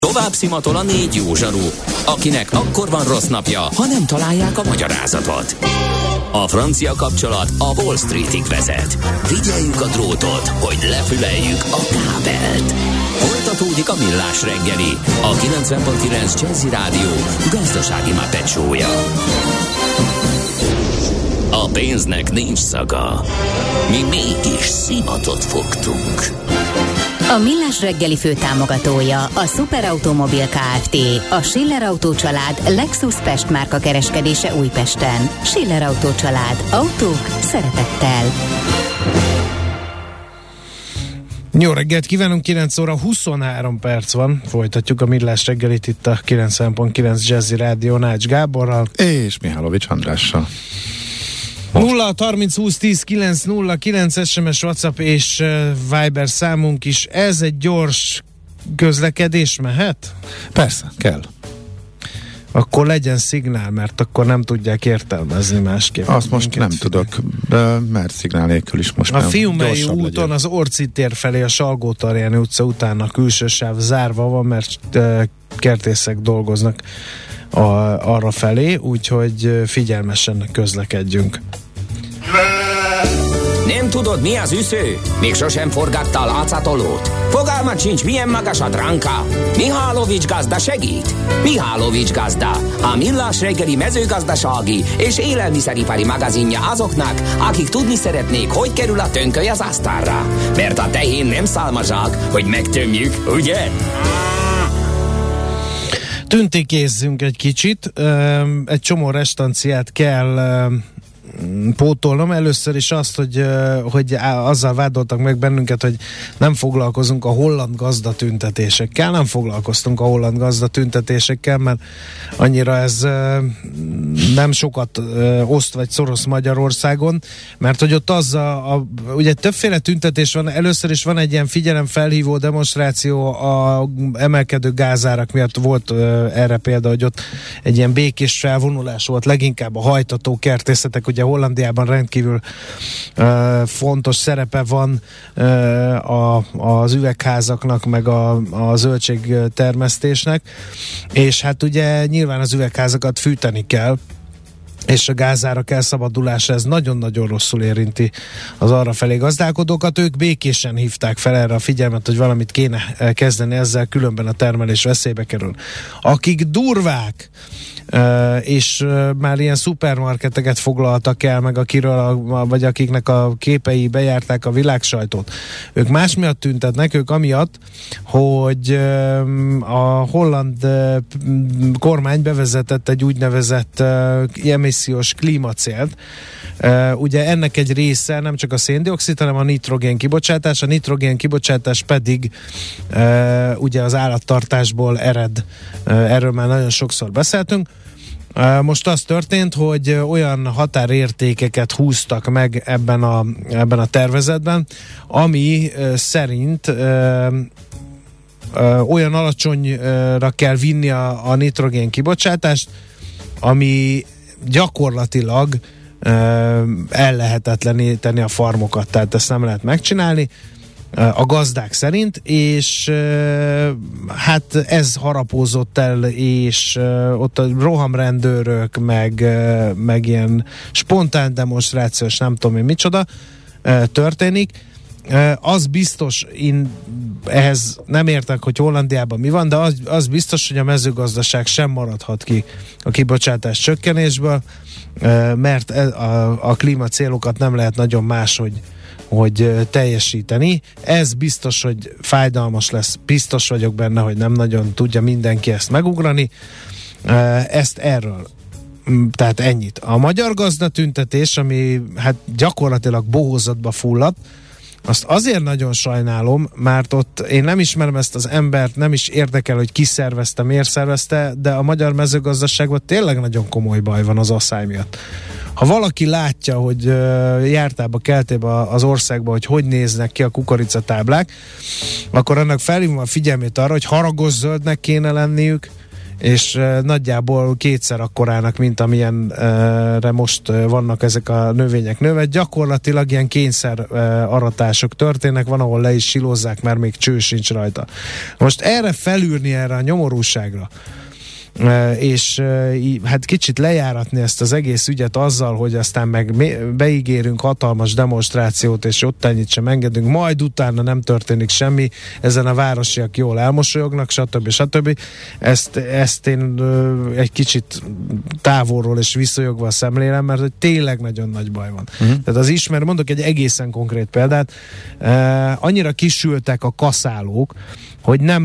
Tovább szimatol a 4 jó zsaru, akinek akkor van rossz napja, ha nem találják a magyarázatot. A francia kapcsolat a Wall Streetig vezet. Figyeljük a drótot, hogy lefüleljük a kábelt. Folytatódik a Millás reggeli, a 90.9 Jazzy Rádió gazdasági mápecsója. A pénznek nincs szaga. Mi mégis szimatot fogtunk. A Millás reggeli főtámogatója a Superautomobil Kft. A Schiller Autó család Lexus Pest márka kereskedése Újpesten. Schiller Autó család. Autók szeretettel. Jó reggelt kívánunk, 9 óra 23 perc van. Folytatjuk a Millás reggelit itt a 90.9 Jazzy Rádió Nács Gáborral. És Mihálovics Andrással. 0 30 20 10 9 0 9 SMS, WhatsApp és Viber számunk is. Ez egy gyors közlekedés mehet? Persze, kell. Akkor legyen szignál, mert akkor nem tudják értelmezni másképp. Azt most nem tudok, mert szignál nélkül is most a nem. A Fiumei úton legyen. Az Orci tér felé a Salgótarjáni utca után a külső sáv zárva van, mert kertészek dolgoznak arra felé, úgyhogy figyelmesen közlekedjünk. Nem tudod, mi az üsző? Még sosem forgatta a látszatolót? Fogalmat sincs, milyen magas a dránka? Mihálovics gazda segít? Mihálovics gazda, a Millás reggeli mezőgazdasági és élelmiszeripari magazinja azoknak, akik tudni szeretnék, hogy kerül a tönköly az asztalra. Mert a tehén nem szálmazsák, hogy megtömjük, ugye? Tüntikézzünk egy kicsit, egy csomó restanciát kell pótolnom. Először is azt, hogy azzal vádoltak meg bennünket, hogy nem foglalkozunk a holland gazdatüntetésekkel. Nem foglalkoztunk a holland gazdatüntetésekkel, mert annyira ez nem sokat oszt vagy szorosz Magyarországon, mert hogy ott ugye többféle tüntetés van. Először is van egy ilyen figyelemfelhívó demonstráció a emelkedő gázárak miatt. Volt erre példa, hogy ott egy ilyen békés felvonulás volt, leginkább a hajtató kertészetek, ugye Hollandiában rendkívül fontos szerepe van az üvegházaknak, meg a zöldségtermesztésnek, és hát ugye nyilván az üvegházakat fűteni kell, és a gázárak elszabadulása ez nagyon-nagyon rosszul érinti az arrafelé gazdálkodókat. Ők békésen hívták fel erre a figyelmet, hogy valamit kéne kezdeni ezzel, különben a termelés veszélybe kerül. Akik durvák, és már ilyen szupermarketeket foglaltak el, meg vagy akiknek a képei bejárták a világsajtót, ők más miatt tüntetnek, ők amiatt, hogy a holland kormány bevezetett egy úgynevezett emissziós klímacélt. Ugye ennek egy része nem csak a széndioxid, hanem a nitrogén kibocsátás. A nitrogén kibocsátás pedig ugye az állattartásból ered. Erről már nagyon sokszor beszéltünk. Most az történt, hogy olyan határértékeket húztak meg ebben a tervezetben, ami szerint olyan alacsonyra kell vinni a nitrogén kibocsátást, ami gyakorlatilag ellehetetleníteni a farmokat, tehát ezt nem lehet megcsinálni a gazdák szerint, és hát ez harapózott el, és ott a rohamrendőrök, meg ilyen spontán demonstrációs, nem tudom én micsoda történik. Az biztos, én ehhez nem értek, hogy Hollandiában mi van, de az biztos, hogy a mezőgazdaság sem maradhat ki a kibocsátás csökkenésből, mert a klímacélokat nem lehet nagyon máshogy teljesíteni. Ez biztos, hogy fájdalmas lesz, biztos vagyok benne, hogy nem nagyon tudja mindenki ezt megugrani. Ezt erről. Tehát ennyit. A magyar gazdatüntetés, ami hát gyakorlatilag bohózatba fulladt, azt azért nagyon sajnálom, mert ott én nem ismerem ezt az embert, nem is érdekel, hogy ki szervezte, miért szervezte, de a magyar mezőgazdaságban tényleg nagyon komoly baj van az asszály miatt. Ha valaki látja, hogy jártába, keltébe az országba, hogy néznek ki a kukoricatáblák, akkor annak felhívom a figyelmét arra, hogy haragos zöldnek kéne lenniük, és nagyjából kétszer akkorának, mint amilyenre most vannak ezek a növények növe. Gyakorlatilag ilyen kényszer aratások történnek, van, ahol le is silózzák, mert még cső sincs rajta. Most erre felülni erre a nyomorúságra, és hát kicsit lejáratni ezt az egész ügyet azzal, hogy aztán meg beígérünk hatalmas demonstrációt, és ott ennyit sem engedünk, majd utána nem történik semmi, ezen a városiak jól elmosolyognak, stb. Ezt én egy kicsit távolról és visszajogva szemlélem, mert hogy tényleg nagyon nagy baj van. Tehát mondok egy egészen konkrét példát, annyira kisültek a kaszálók, hogy nem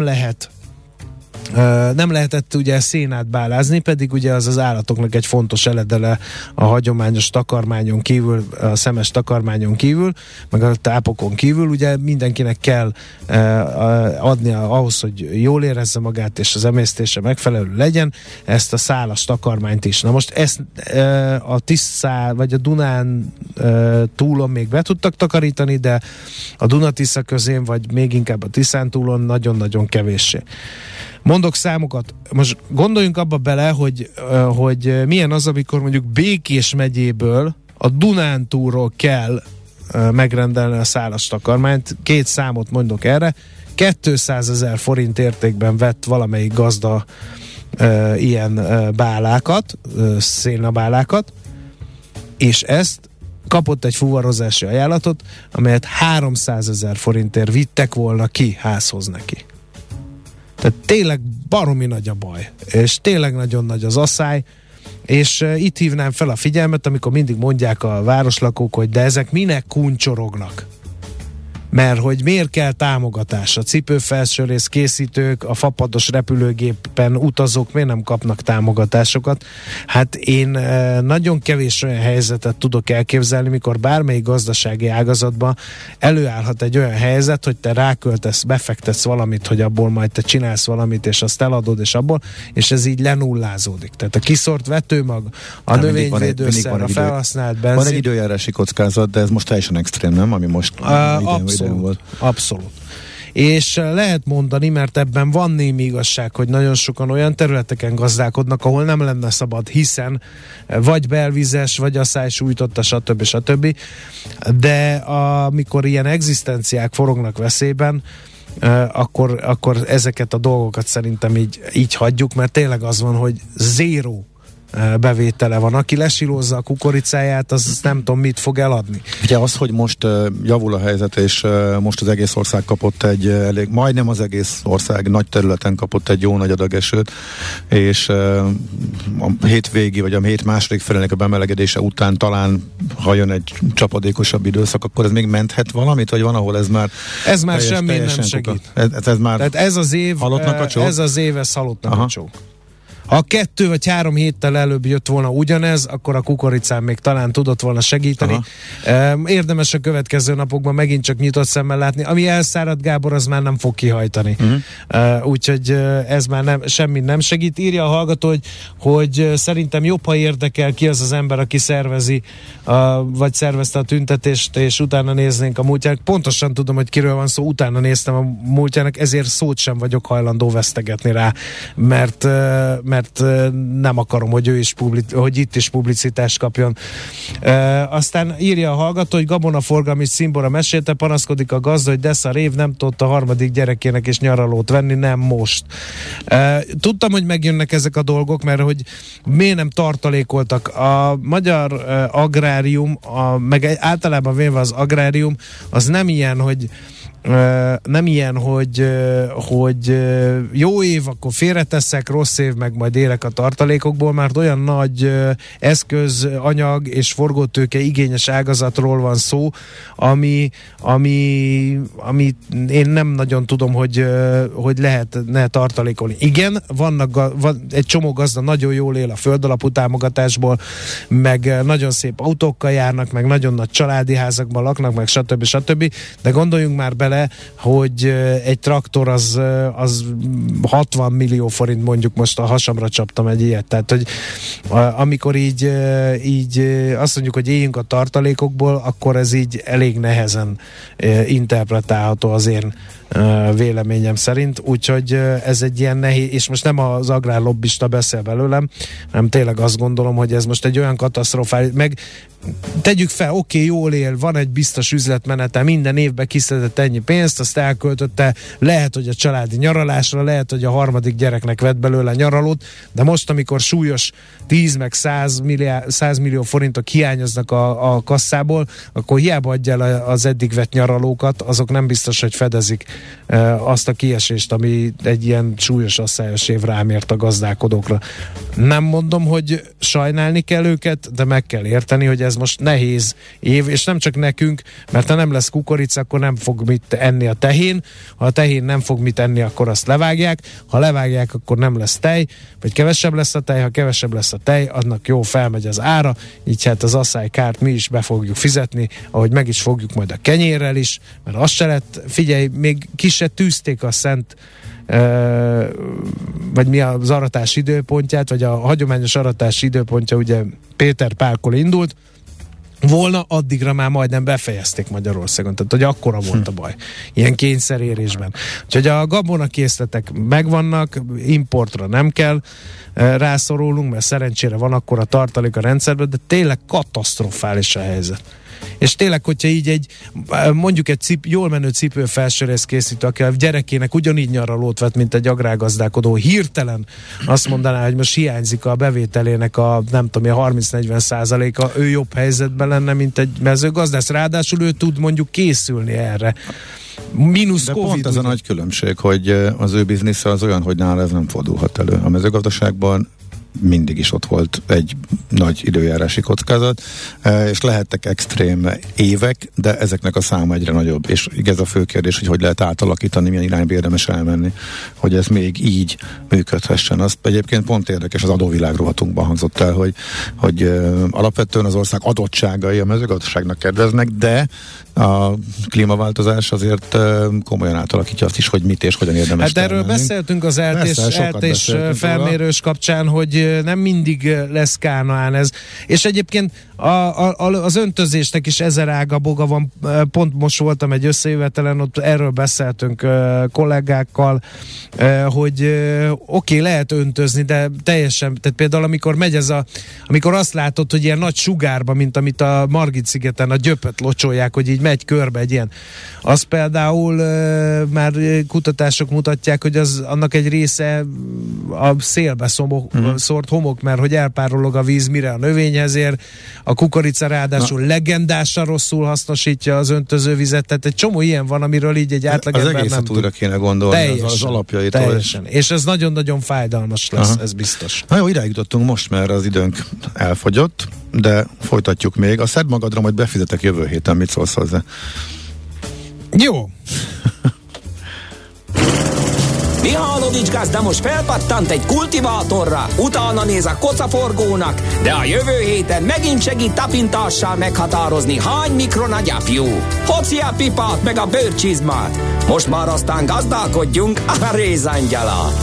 lehetett ugye szénát bálázni, pedig ugye az állatoknak egy fontos eledele a hagyományos takarmányon kívül, a szemes takarmányon kívül, meg a tápokon kívül, ugye mindenkinek kell adnia ahhoz, hogy jól érezze magát, és az emésztése megfelelő legyen, ezt a szálas takarmányt is. Na most ezt a Tiszá, vagy a Dunán túlon még be tudtak takarítani, de a Duna-Tisza közén, vagy még inkább a Tiszán túlon nagyon-nagyon kevéssé. Mondok számokat. Most gondoljunk abba bele, hogy milyen az, amikor mondjuk Békés megyéből a Dunántúlról kell megrendelni a szálas takarmányt. 2 számot mondok erre. 200 000 forint értékben vett valamelyik gazda ilyen bálákat, szénabálákat, és ezt kapott egy fuvarozási ajánlatot, amelyet 300 000 forintért vittek volna ki házhoz neki. Tehát tényleg baromi nagy a baj, és tényleg nagyon nagy az asszály, és itt hívnám fel a figyelmet, amikor mindig mondják a városlakók, hogy de ezek minek kuncsorognak. Mert hogy miért kell támogatás? A cipőfelsőrész készítők, a fapados repülőgépen utazók miért nem kapnak támogatásokat? Hát én nagyon kevés olyan helyzetet tudok elképzelni, mikor bármelyik gazdasági ágazatban előállhat egy olyan helyzet, hogy te ráköltesz, befektetsz valamit, hogy abból majd te csinálsz valamit, és azt eladod, és ez így lenullázódik. Tehát a kiszort vetőmag, a növényvédőszer, a felhasznált benzin. Van egy időjárási kockázat, de ez most teljesen extrém, nem? Ami most Abszolút. És lehet mondani, mert ebben van némi igazság, hogy nagyon sokan olyan területeken gazdálkodnak, ahol nem lenne szabad, hiszen vagy belvizes, vagy asszály sújtotta, stb. De amikor ilyen egzisztenciák forognak veszélyben, akkor ezeket a dolgokat szerintem így hagyjuk, mert tényleg az van, hogy zéró bevétele van. Aki lesilózza a kukoricáját, az nem tudom, mit fog eladni. Ugye az, hogy most javul a helyzet, és most az egész ország kapott majdnem az egész ország nagy területen kapott egy jó nagy adag esőt, és a hétvégi, vagy a hét második felének a bemelegedése után talán, ha jön egy csapadékosabb időszak, akkor ez még menthet valamit, vagy van, ahol ez már semmi nem segít. Ez már tehát ez az év halottnak a csók. Ha 2 vagy 3 héttel előbb jött volna ugyanez, akkor a kukoricán még talán tudott volna segíteni. Érdemes a következő napokban megint csak nyitott szemmel látni. Ami elszárad, Gábor, az már nem fog kihajtani. Úgyhogy ez már semmi nem segít. Írja a hallgató, hogy szerintem jobb, ha érdekel ki az ember, aki szervezi, vagy szervezte a tüntetést, és utána néznénk a múltjának. Pontosan tudom, hogy kiről van szó, utána néztem a múltjának, ezért szót sem vagyok hajlandó vesztegetni rá, mert nem akarom, hogy ő is hogy itt is publicitást kapjon. Aztán írja a hallgató, hogy gabonaforgalmi Szimbora mesélte, panaszkodik a gazda, hogy deszar év nem tudott a 3. gyerekének is nyaralót venni, nem most. Tudtam, hogy megjönnek ezek a dolgok, mert hogy miért nem tartalékoltak. A magyar agrárium, meg általában véve az agrárium, az nem ilyen, hogy jó év, akkor félreteszek, rossz év, meg majd élek a tartalékokból, mert olyan nagy eszköz, anyag és forgótőke igényes ágazatról van szó, ami én nem nagyon tudom, hogy lehetne tartalékolni. Igen, van egy csomó gazda nagyon jól él a földalapú támogatásból, meg nagyon szép autókkal járnak, meg nagyon nagy családi házakban laknak, meg stb. De gondoljunk már bele, hogy egy traktor az 60 millió forint, mondjuk most a hasamra csaptam egy ilyet. Tehát, hogy amikor így azt mondjuk, hogy éljünk a tartalékokból, akkor ez így elég nehezen interpretálható az én véleményem szerint, úgyhogy ez egy ilyen nehéz, és most nem az agrárlobbista beszél belőlem, hanem tényleg azt gondolom, hogy ez most egy olyan katasztrofális, meg tegyük fel, oké, jól él, van egy biztos üzletmenete, minden évben kiszedett ennyi pénzt, azt elköltötte, lehet, hogy a családi nyaralásra, lehet, hogy a harmadik gyereknek vett belőle nyaralót, de most, amikor súlyos 10 meg 100 millió forintok hiányoznak a kasszából, akkor hiába adja el az eddig vett nyaralókat, azok nem biztos, hogy fedezik azt a kiesést, ami egy ilyen súlyos asszályos év rámért a gazdálkodókra. Nem mondom, hogy sajnálni kell őket, de meg kell érteni, hogy ez most nehéz év, és nem csak nekünk, mert ha nem lesz kukorica, akkor nem fog mit enni a tehén, ha a tehén nem fog mit enni, akkor azt levágják, ha levágják, akkor nem lesz tej, vagy kevesebb lesz a tej, ha kevesebb lesz a tej, annak jó felmegy az ára, így hát az asszálykárt mi is be fogjuk fizetni, ahogy meg is fogjuk majd a kenyérrel is, mert azt se lett, figyelj, még ki se tűzték a szent vagy mi az aratás időpontját, vagy a hagyományos aratás időpontja ugye Péter Pálkól indult volna, addigra már majdnem befejezték Magyarországon, tehát hogy akkora volt a baj, ilyen kényszerérésben. Úgyhogy a gabonakészletek megvannak, importra nem kell rászorulnunk, mert szerencsére van akkora tartalék a rendszerben, de tényleg katasztrofális a helyzet. És tényleg, hogyha így mondjuk egy jól menő cipőfelsőrész készítő, aki a gyerekének ugyanígy nyaralót vett, mint egy agrárgazdálkodó, hirtelen azt mondaná, hogy most hiányzik a bevételének a nem tudom, a 30-40%-a, ő jobb helyzetben lenne, mint egy mezőgazdász. Ráadásul ő tud mondjuk készülni erre. Mínusz de Covid. Pont ez a nagy különbség, hogy az ő biznisze az olyan, hogy nála ez nem fordulhat elő. A mezőgazdaságban mindig is ott volt egy nagy időjárási kockázat, és lehettek extrém évek, de ezeknek a száma egyre nagyobb. És ez a fő kérdés, hogy lehet átalakítani, milyen irányba érdemes elmenni, hogy ez még így működhessen. Az egyébként pont érdekes, az adóvilág rovatunkban hangzott el, hogy alapvetően az ország adottságai a mezőgazdaságnak kedveznek, de a klímaváltozás azért komolyan átalakítja azt is, hogy mit és hogyan érdemes Hát erről beszéltünk az eltés felmérős kapcsán, hogy nem mindig lesz Kánaán ez. És egyébként az öntözésnek is 1000 ága boga van. Pont most voltam egy összejövetelen, ott erről beszéltünk kollégákkal, hogy oké, lehet öntözni, de teljesen, tehát például amikor azt látod, hogy ilyen nagy sugárba, mint amit a Margit-szigeten a gyöpöt locsolják, hogy így megy körbe egy ilyen. Az például már kutatások mutatják, hogy annak egy része a szélbe szórt homok, mert hogy elpárolog a víz, mire a növényhez ér. A kukorica ráadásul legendásan rosszul hasznosítja az öntözővizet, tehát egy csomó ilyen van, amiről így egy átlagember nem tud. Az egészet újra kéne gondolni, teljesen, az alapjaitól. Teljesen. És ez nagyon-nagyon fájdalmas lesz, ez biztos. Na jó, idáig jutottunk most, mert az időnk elfogyott, de folytatjuk még. A szed magadra, majd befizetek jövő héten, mit szólsz hozzá? Jó. Mihálovics gazda most felpattant egy kultivátorra, utána néz a kocaforgónak, de a jövő héten megint segít tapintással meghatározni, hány mikron a gyapjú. Hoci a pipát meg a bőrcsizmát. Most már aztán gazdálkodjunk a rézangyalát.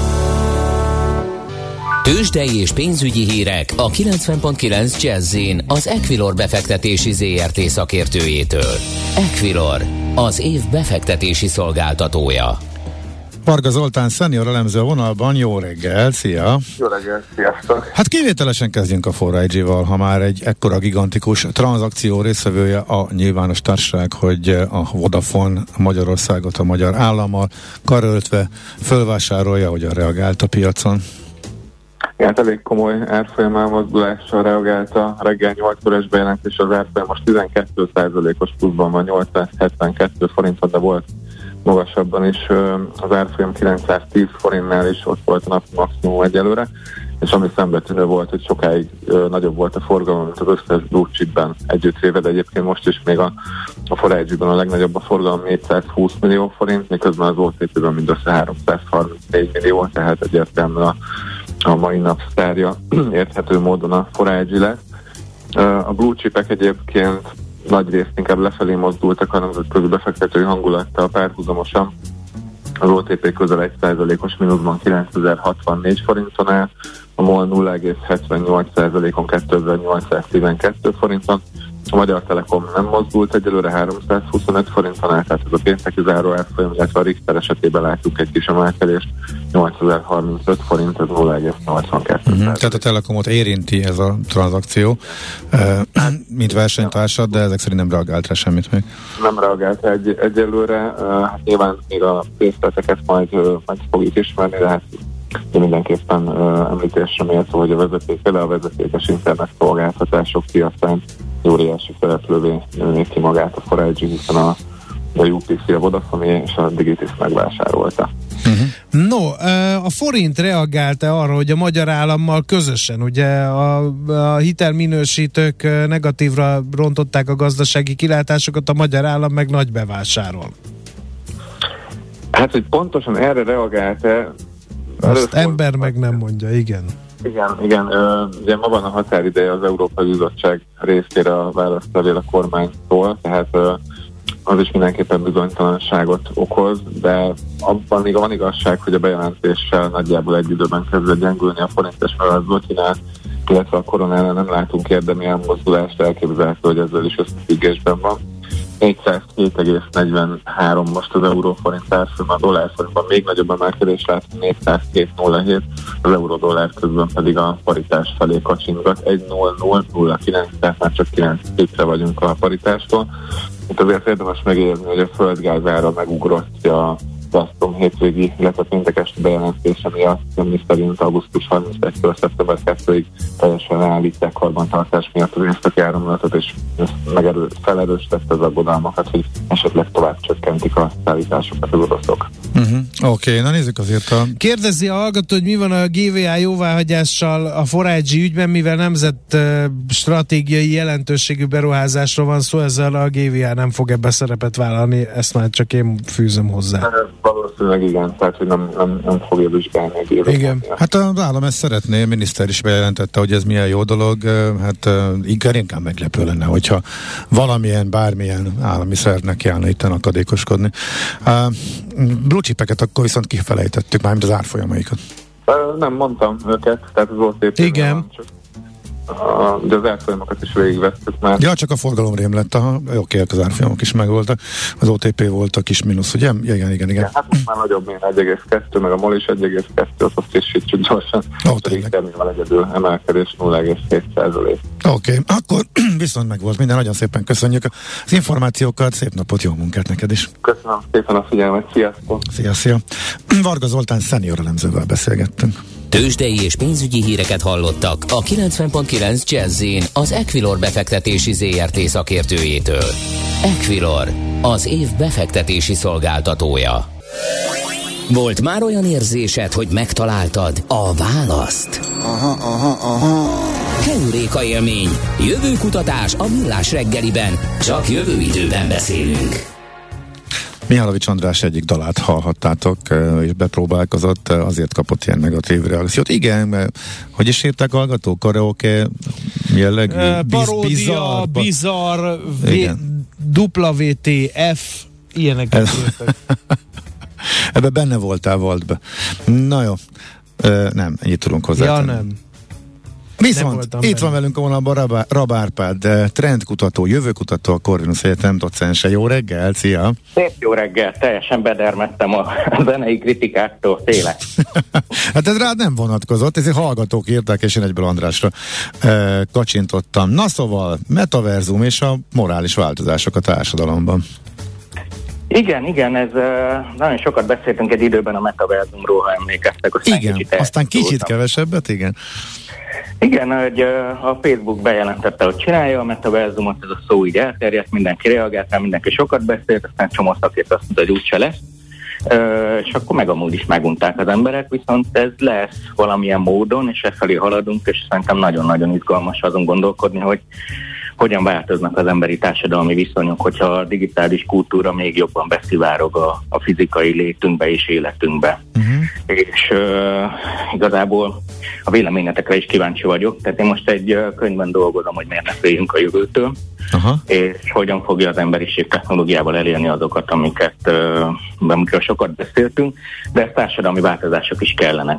Tőzsdei és pénzügyi hírek a 90.9 Jazz-in az Equilor befektetési ZRT szakértőjétől. Equilor, az év befektetési szolgáltatója. Varga Zoltán szenior elemző a vonalban, jó reggel, szia! Jó reggel, sziasztok! Hát kivételesen kezdjünk a 4iG-val, ha már egy ekkora gigantikus tranzakció részvevője a nyilvános társaság, hogy a Vodafone Magyarországot a magyar állammal karöltve fölvásárolja, hogyan reagált a piacon. Igen, elég komoly árfolyam elmozdulással reagált a reggel 8 óras bejelentés, az árfolyam most 12%-os pluszban van, 872 forinton, de volt magasabban is, az árfolyam 910 forintnál is ott volt a napi maximum egyelőre, és ami szembetűnő volt, hogy sokáig nagyobb volt a forgalom, mint az összes blue chipben együttvéve, de egyébként most is még a 4iG-ben a legnagyobb a forgalom 420 millió forint, miközben az OTP-ben mindössze 334 millió, tehát egyértelműen a mai nap sztárja érthető módon a 4iG lett. A blue chipek egyébként nagy részt inkább lefelé mozdultak a nemzetközi befektetői hangulattal párhuzamosan. Az OTP közel 1%-os mínuszban 9064 forinton áll, a MOL 0,78%-on 2812 forinton, A Magyar Telekom nem mozdult egyelőre 325 forinton át, tehát ez a pénteki záró árfolyam, illetve a Richter esetében látjuk egy kis emelkedést, 8035 forint, ez 0,82. Tehát a Telekomot érinti ez a tranzakció, mint versenytársad, de ezek szerint nem reagált rá semmit még. Nem reagált egyelőre, hát nyilván még a részleteket majd fogjuk ismerni, de hát mindenképpen említésre méltó, hogy a vezetékes internet szolgáltatások piacán óriási szereplővé nőné ki magát a 4G, hiszen a UPC, a Vodafone és a Digitis megvásárolta. No, a forint reagált-e arra, hogy a magyar állammal közösen, ugye a hitelminősítők negatívra rontották a gazdasági kilátásokat, a magyar állam meg nagy bevásárol? Hát, hogy pontosan erre reagált-e, azt ember meg nem mondja, igen. Igen, ugye ma van a határideje az Európai Bizottság részére a válaszlevél a kormánytól, tehát az is mindenképpen bizonytalanságot okoz, de abban még van igazság, hogy a bejelentéssel nagyjából egy időben kezdett gyengülni a forint, és mivel az zlotynál, illetve a koronánál nem látunk érdemi elmozdulást, elképzelhető, hogy ezzel is összefüggésben van. 407,43 most az euróforint árfolyam, a dollárforintban még nagyobb emelkedés látunk, 402,07, az euró-dollár közben pedig a paritás felé kacsingat, 1,0009, tehát már csak 9 tippre vagyunk a paritástól. Itt azért érdemes megjegyezni, hogy a földgáz ára megugrott a Gazprom hétvégi, illetve péntekesti bejelentése miatt, ami szerint augusztus 31-től szeptember 2-ig teljesen leállítják karbantartás miatt az északi áramlatot, és felerősítette az aggodalmakat, hogy esetleg tovább csökkentik a szállításokat az oroszok. Oké, na nézzük azért Kérdezi a hallgató, hogy mi van a GVA jóváhagyással a 4G ügyben, mivel nemzet stratégiai jelentőségű beruházásról van szó, ezzel a GVA nem fog ebbe szerepet vállalni, ezt már csak én fűzöm hozzá. Valószínűleg igen, tehát hogy nem fogja vizsgálni a GVA. Igen. Hát az állam ezt szeretné, a miniszter is bejelentette, hogy ez milyen jó dolog, hát inkább meglepő lenne, hogyha bármilyen állami szervnek járna itten akadékoskodni. Blue chipeket akkor viszont kifelejtettük, mármint az árfolyamaikat. Nem mondtam őket, tehát az OTP. Igen. De az árfolyamokat is végigvettük már. Ja, csak a forgalomrém lett, oké, az árfolyamok is megvoltak. Az OTP volt a kis mínusz, ugye? Igen. Hát most már nagyobb, mint 1,2, meg a MOL is 1,2, azt frissítsük gyorsan. Termével egyedül emelkedés 0,7%. Oké, akkor viszont megvolt minden, nagyon szépen köszönjük az információkat, szép napot, jó munkát neked is. Köszönöm szépen a figyelmet, sziasztok! Szia! Varga Zoltán szenior elemzővel beszélgettünk. Tőzsdei és pénzügyi híreket hallottak a 90.9 Jazz-in az Equilor befektetési ZRT szakértőjétől. Equilor, az év befektetési szolgáltatója. Volt már olyan érzésed, hogy megtaláltad a választ? Aha. Heuréka élmény, jövőkutatás a Millás reggeliben, csak jövő időben beszélünk. Mihálovics András egyik dalát hallhattátok, és bepróbálkozott, azért kapott ilyen negatív reakciót. Igen, mert hogy is írták hallgatók? Karaoke jellegű? Paródia, bizarr, WTF, ilyeneket írtak. Ebbe benne voltál, volt be. Na jó, nem, ennyit tudunk hozzátenni. Ja, nem. Viszont itt van velünk a vonalban Rab Árpád, trendkutató, jövőkutató, a Corvinus Egyetem docense. Jó reggel, szia! Szép jó reggel, teljesen bedermettem a zenei kritikáktól, tényleg. Hát ez rád nem vonatkozott, ezért hallgatók írták, és én egyből Andrásra kacsintottam. Na szóval, metaverzum és a morális változások a társadalomban. Igen, ez nagyon sokat beszéltünk egy időben a metaverzumról, ha emlékeztek. Aztán kicsit kevesebbet, igen. Igen, hogy a Facebook bejelentette, hogy csinálja a metaverzumot, ez a szó így elterjedt, mindenki reagált rá, mindenki sokat beszélt, aztán csomó szakért azt mondta, hogy úgyse lesz. És akkor meg amúgy is megunták az emberek, viszont ez lesz valamilyen módon, és efelé haladunk, és szerintem nagyon-nagyon izgalmas azon gondolkodni, hogy hogyan változnak az emberi társadalmi viszonyok, hogyha a digitális kultúra még jobban beszivárog a fizikai létünkbe és életünkbe. És igazából a véleményetekre is kíváncsi vagyok. Tehát én most egy könyvben dolgozom, hogy miért ne féljünk a jövőtől, és hogyan fogja az emberiség technológiával elérni azokat, amikről sokat beszéltünk, de ez társadalmi változások is kellene.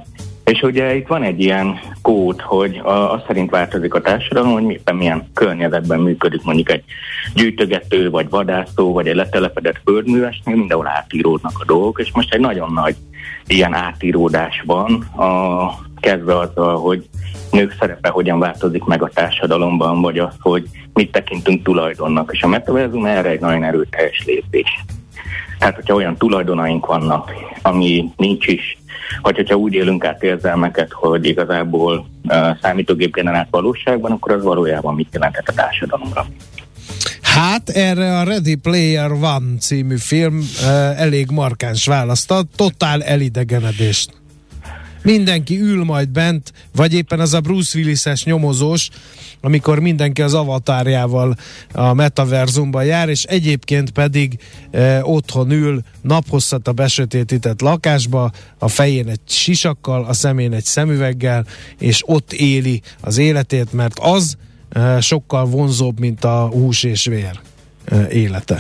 És ugye itt van egy ilyen kód, hogy az szerint változik a társadalom, hogy éppen milyen környezetben működik mondjuk egy gyűjtögető, vagy vadászó, vagy egy letelepedett földművesnél, mindenhol átíródnak a dolgok, és most egy nagyon nagy ilyen átíródás van, kezdve azzal, hogy nők szerepe hogyan változik meg a társadalomban, vagy az, hogy mit tekintünk tulajdonnak, és a metaverzum erre egy nagyon erőteljes lépés. Tehát, hogyha olyan tulajdonaink vannak, ami nincs is, vagy hogyha úgy élünk át érzelmeket, hogy igazából számítógép generált valóságban, akkor az valójában mit jelentett a társadalomra? Hát erre a Ready Player One című film elég markáns választ ad, totál elidegenedést. Mindenki ül majd bent, vagy éppen az a Bruce Willis-es nyomozós, amikor mindenki az avatárjával a metaverzumban jár, és egyébként pedig otthon ül naphosszat a besötétített lakásba, a fején egy sisakkal, a szemén egy szemüveggel, és ott éli az életét, mert az sokkal vonzóbb, mint a hús és vér élete.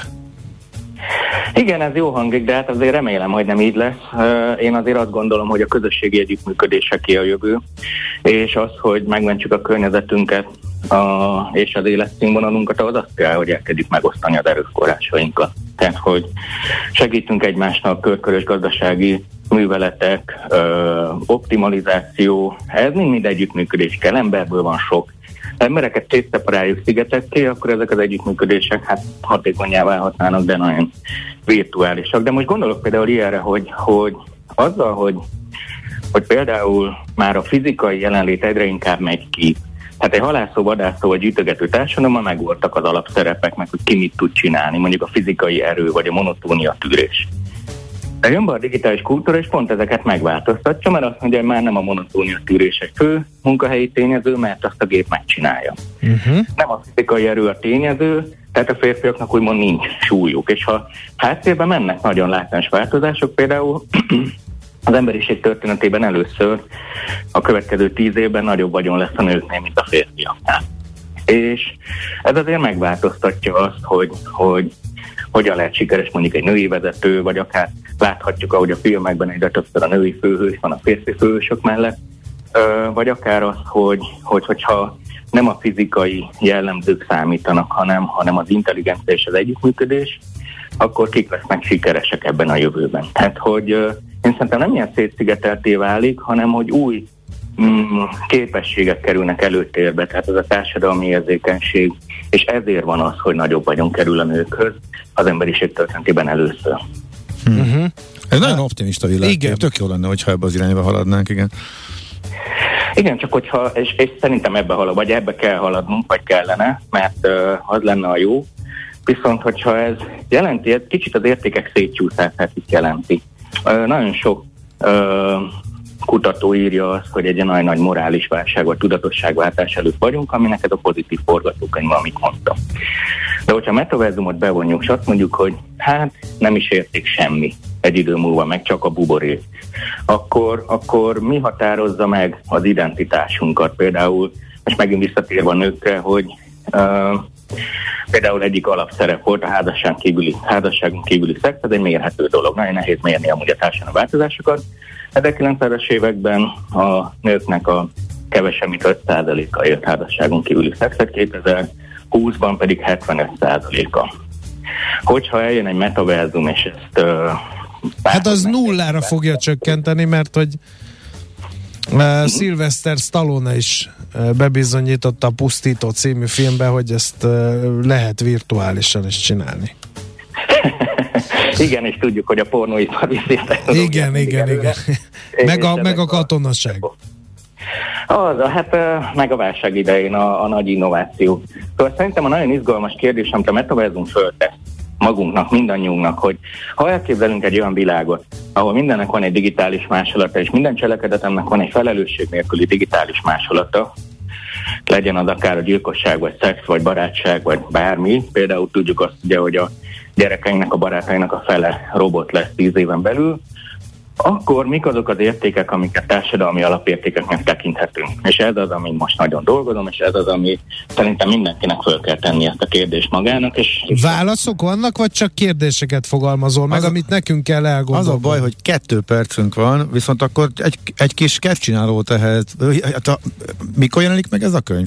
Igen, ez jó hangzik, de hát azért remélem, hogy nem így lesz. Én azért azt gondolom, hogy a közösségi együttműködéseké a jövő, és az, hogy megmentsük a környezetünket és az életszínvonalunkat, az azt kell, hogy elkezdjük megosztani az erőforrásainkat. Tehát, hogy segítünk egymásnak, körkörös gazdasági műveletek, optimalizáció, ez mind együttműködés kell, emberből van sok. Embereket szétszeparáljuk szigetekké, akkor ezek az együttműködések hát hatékonyá válhatnának, de nagyon virtuálisak. De most gondolok például ilyenre, hogy azzal, hogy például már a fizikai jelenlét egyre inkább megy ki. Hát egy halászó, vadászó vagy gyűjtögető társadalomban megvoltak az alapszerepek, meg hogy ki mit tud csinálni, mondjuk a fizikai erő vagy a monotónia tűrés. De jön be a digitális kultúra, és pont ezeket megváltoztatja, mert azt mondja, hogy már nem a monotónia tűrés egy fő munkahelyi tényező, mert azt a gép megcsinálja. Nem a fizikai erő a tényező, tehát a férfiaknak úgymond nincs súlyuk. És ha háttérben mennek nagyon látás változások, például az emberiség történetében először a következő 10 évben nagyobb vagyon lesz a nőknél, mint a férfiaknál. És ez azért megváltoztatja azt, hogy hogyan lehet sikeres mondjuk egy női vezető, vagy akár láthatjuk, ahogy a filmekben egyre többször a női főhős van a férfi főhősök mellett, vagy akár az, hogyha nem a fizikai jellemzők számítanak, hanem az intelligencia és az együttműködés, akkor kik lesznek sikeresek ebben a jövőben. Tehát, hogy én szerintem nem ilyen szétszigetelté válik, hanem hogy új képességek kerülnek előtérbe, tehát ez a társadalmi érzékenység, és ezért van az, hogy nagyobb vagyon kerül a nőkhöz az emberiség történetében először. Ez nagyon optimista világ. Tök jó lenne, hogyha ebbe az irányba haladnánk, igen. Igen, csak hogyha, és szerintem ebbe kell haladnunk, vagy kellene, mert az lenne a jó. Viszont, hogyha ez jelenti, ez kicsit az értékek szétcsúszását is jelenti. Nagyon sok kutató írja azt, hogy egy nagyon nagy morális válság vagy tudatosságváltás előtt vagyunk, aminek ez a pozitív forgatókönyv, amit mondtam. De hogyha a metaverzumot bevonjuk, és azt mondjuk, hogy hát nem is érték semmi egy idő múlva, meg csak a buborék, akkor mi határozza meg az identitásunkat? Például, most megint visszatérve a nőkre, hogy például egyik alapszerep volt a házasságon kívüli szex, ez egy mérhető dolog. Nagyon nehéz mérni amúgy a társadalmi változásokat. 1900-as években a nőknek a kevesebb, mint 5%-a élt házasságon kívüli szexet, 2020-ban pedig 75%-a. Hogyha eljön egy metaverzum, és ezt... hát az nullára fogja csökkenteni, mert hogy Sylvester Stallone is bebizonyította a Pusztító című filmben, hogy ezt lehet virtuálisan is csinálni. Igen, és tudjuk, hogy a pornóipar viszi. Igen. Meg a katonaság. Meg a válság idején a nagy innováció. Szóval szerintem a nagyon izgalmas kérdés, amit a metaverzum föltesz magunknak, mindannyiunknak, hogy ha elképzelünk egy olyan világot, ahol mindennek van egy digitális másolata, és minden cselekedetemnek van egy felelősség nélküli digitális másolata, legyen az akár a gyilkosság, vagy szex, vagy barátság, vagy bármi. Például tudjuk azt ugye, hogy a gyerekeinknek, a barátainak a fele robot lesz 10 éven belül, akkor mik azok az értékek, amiket társadalmi alapértékeknek tekinthetünk. És ez az, amin most nagyon dolgozom, és ez az, ami szerintem mindenkinek föl kell tenni ezt a kérdést magának. És válaszok vannak, vagy csak kérdéseket fogalmazol meg, amit nekünk kell elgondolni? Az a baj, hogy 2 percünk van, viszont akkor egy kis kedvcsinálót ehhez. Mikor jelenik meg ez a könyv?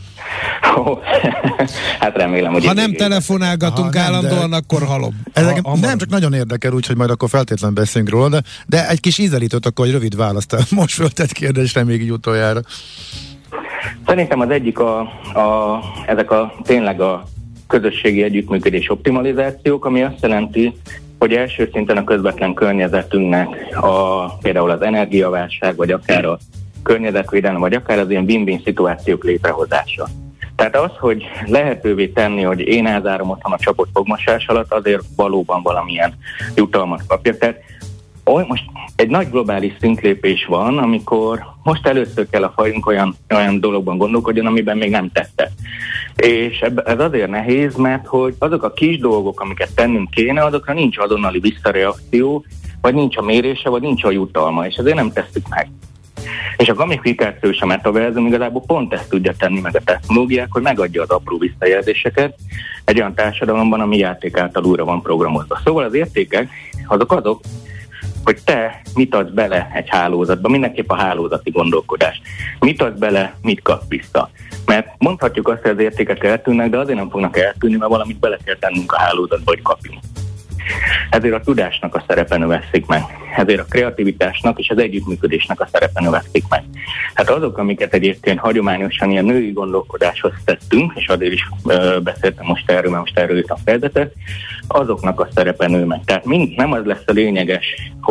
Hát remélem, hogy... Ha nem telefonálgatunk állandóan, akkor halom. Nem, csak nagyon érdekel, úgyhogy majd akkor feltétlenül beszélünk róla, de egy kis ízelítőt akkor, hogy rövid választ most föltett kérdésre még így utoljára. Szerintem az egyik ezek tényleg a közösségi együttműködés optimalizációk, ami azt jelenti, hogy első szinten a közvetlen környezetünknek például az energiaválság, vagy akár a környezetvédelem, vagy akár az ilyen win-win szituációk létrehozása. Tehát az, hogy lehetővé tenni, hogy én elzárom otthon a csapot fogmosás alatt, azért valóban valamilyen jutalmat kapjak. Tehát most egy nagy globális szintlépés van, amikor most először kell a fajunk olyan dologban gondolkodjon, amiben még nem tette. És ez azért nehéz, mert hogy azok a kis dolgok, amiket tennünk kéne, azokra nincs azonnali visszareakció, vagy nincs a mérése, vagy nincs a jutalma, és ezért nem tesszük meg. És a gamifikáció és a metaverzum igazából pont ezt tudja tenni meg a technológiák, hogy megadja az apró visszajelzéseket egy olyan társadalomban, ami játék által újra van programozva. Szóval az értékek azok, hogy te mit adsz bele egy hálózatba, mindenképp a hálózati gondolkodás. Mit adsz bele, mit kapsz vissza. Mert mondhatjuk azt, hogy az értékek eltűnnek, de azért nem fognak eltűnni, mert valamit bele kell tennünk a hálózatba, hogy kapjunk. Ezért a tudásnak a szerepe növekszik meg. Ezért a kreativitásnak és az együttműködésnek a szerepe növekszik meg. Hát azok, amiket egyébként hagyományosan ilyen női gondolkodáshoz tettünk, és azért is beszéltem most erről, mert most erről a fejezetet, azoknak a szerepe nő meg. Tehát nem az lesz a lényeges,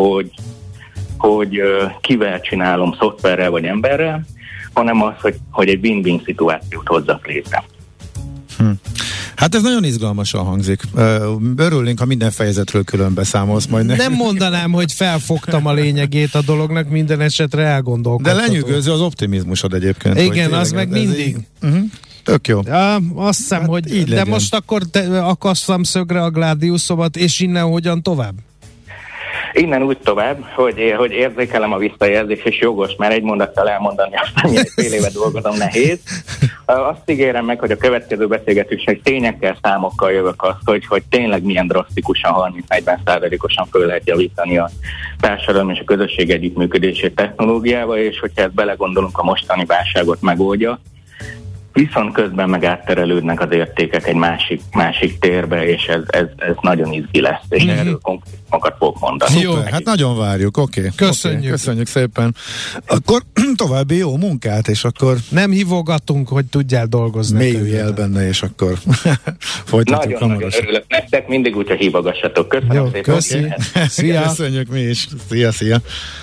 hogy kivel csinálom, szoftverrel vagy emberrel, hanem az, hogy egy win-win szituációt hozzak létre. Hát ez nagyon izgalmasan hangzik. Örülnénk, ha minden fejezetről külön beszámolsz majd. Nem mondanám, hogy felfogtam a lényegét a dolognak, minden esetre elgondolkodható. De lenyűgöző az optimizmusod egyébként. Igen, az meg mindig. Tök jó. Ja, azt hiszem, hogy így de legyen. most akkor akasszam szögre a Gladiusomat, és innen hogyan tovább? Innen úgy tovább, hogy érzékelem a visszajelzést, és jogos, mert egy mondattal elmondani azt, hogy fél éve dolgozom nehéz. Azt ígérem meg, hogy a következő beszélgetésnek tényekkel, számokkal jövök azt, hogy tényleg milyen drasztikusan, 30-40%-osan föl lehet javítani a társadalom és a közösség együttműködését technológiával, és hogyha ezt belegondolunk, a mostani válságot megoldja, viszont közben meg átterelődnek az értékek egy másik térbe, és ez nagyon izgi lesz, és erről konkrétumokat fogok mondani. Szuper, hát nagyon várjuk, oké. Köszönjük. Köszönjük szépen. Akkor további jó munkát, és akkor nem hívogatunk, hogy tudjál dolgozni. mélyülj el benne, és akkor folytatjuk hamarosan. Nagyon örülök nektek, mindig úgy, hogy hívogassatok. Köszönöm jó, szépen. Köszi. Szia. Köszönjük mi is. Szia.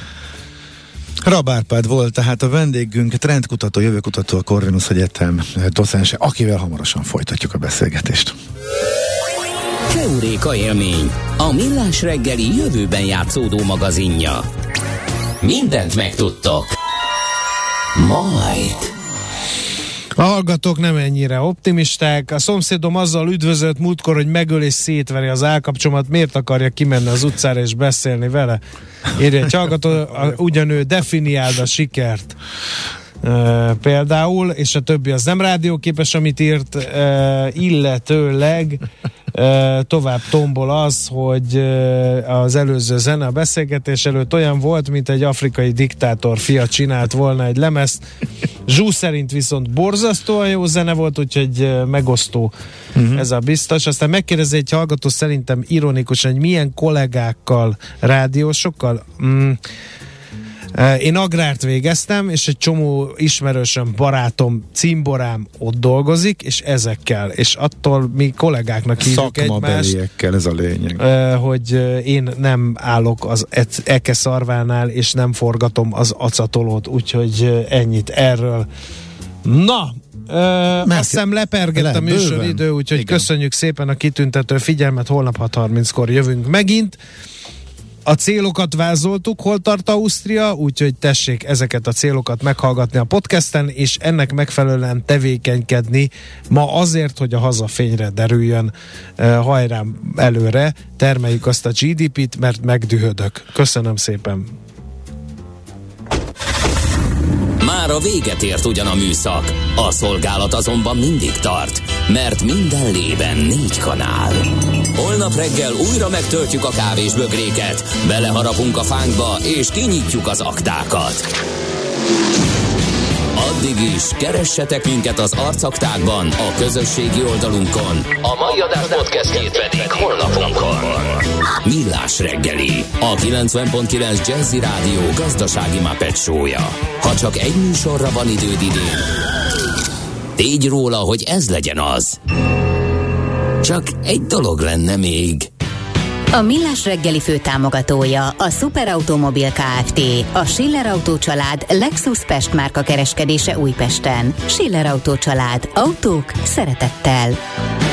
Rab Árpád volt tehát a vendégünk, trendkutató, jövőkutató, a Corvinus Egyetem docense, akivel hamarosan folytatjuk a beszélgetést. Heuréka élmény, a Millás reggeli jövőben játszódó magazinja. Mindent megtudtok. Majd. A hallgatók nem ennyire optimisták. A szomszédom azzal üdvözölt múltkor, hogy megöl és szétveri az állkapcsomat. Miért akarja kimenni az utcára és beszélni vele? Írja egy hallgató, ugyanő definiáld a sikert. Például, és a többi az nem rádióképes, amit írt, illetőleg tovább tombol az, hogy az előző zene a beszélgetés előtt olyan volt, mint egy afrikai diktátor fia csinált volna egy lemezt. Zsú szerint viszont borzasztóan jó zene volt, úgyhogy megosztó ez a biztos. Aztán megkérdezi egy hallgató, szerintem ironikusan, hogy milyen kollégákkal, rádiósokkal. Én agrárt végeztem, és egy csomó ismerősöm, barátom, cimborám ott dolgozik, és ezekkel, és attól mi kollégáknak hívjuk egymást. Szakmabeliekkel, ez a lényeg. Hogy én nem állok az eke szarvánál, és nem forgatom az acatolót, úgyhogy ennyit erről. Na, azt hiszem lepergett a műsoridő, úgyhogy igen. Köszönjük szépen a kitüntető figyelmet, holnap 6:30-kor jövünk megint. A célokat vázoltuk, hol tart Ausztria, úgyhogy tessék ezeket a célokat meghallgatni a podcasten, és ennek megfelelően tevékenykedni ma azért, hogy a hazafényre derüljön. Hajrá előre, termeljük azt a GDP-t, mert megdühödök. Köszönöm szépen! Már a véget ért ugyan a műszak, a szolgálat azonban mindig tart, mert minden lében 4 kanál. Holnap reggel újra megtöltjük a kávésbögréket, beleharapunk a fánkba és kinyitjuk az aktákat. Addig is keressetek minket az arcaktákban, a közösségi oldalunkon. A mai adás podcastjét pedig honlapunkon. Millás reggeli, a 90.9 Jazzy Rádió gazdasági Muppet show-ja. Ha csak egy műsorra van időd idén, tégy róla, hogy ez legyen az. Csak egy dolog lenne még. A Millás reggeli főtámogatója a Superautomobil Kft. A Schiller Autó család Lexus Pest márka kereskedése Újpesten. Schiller Autó család. Autók szeretettel.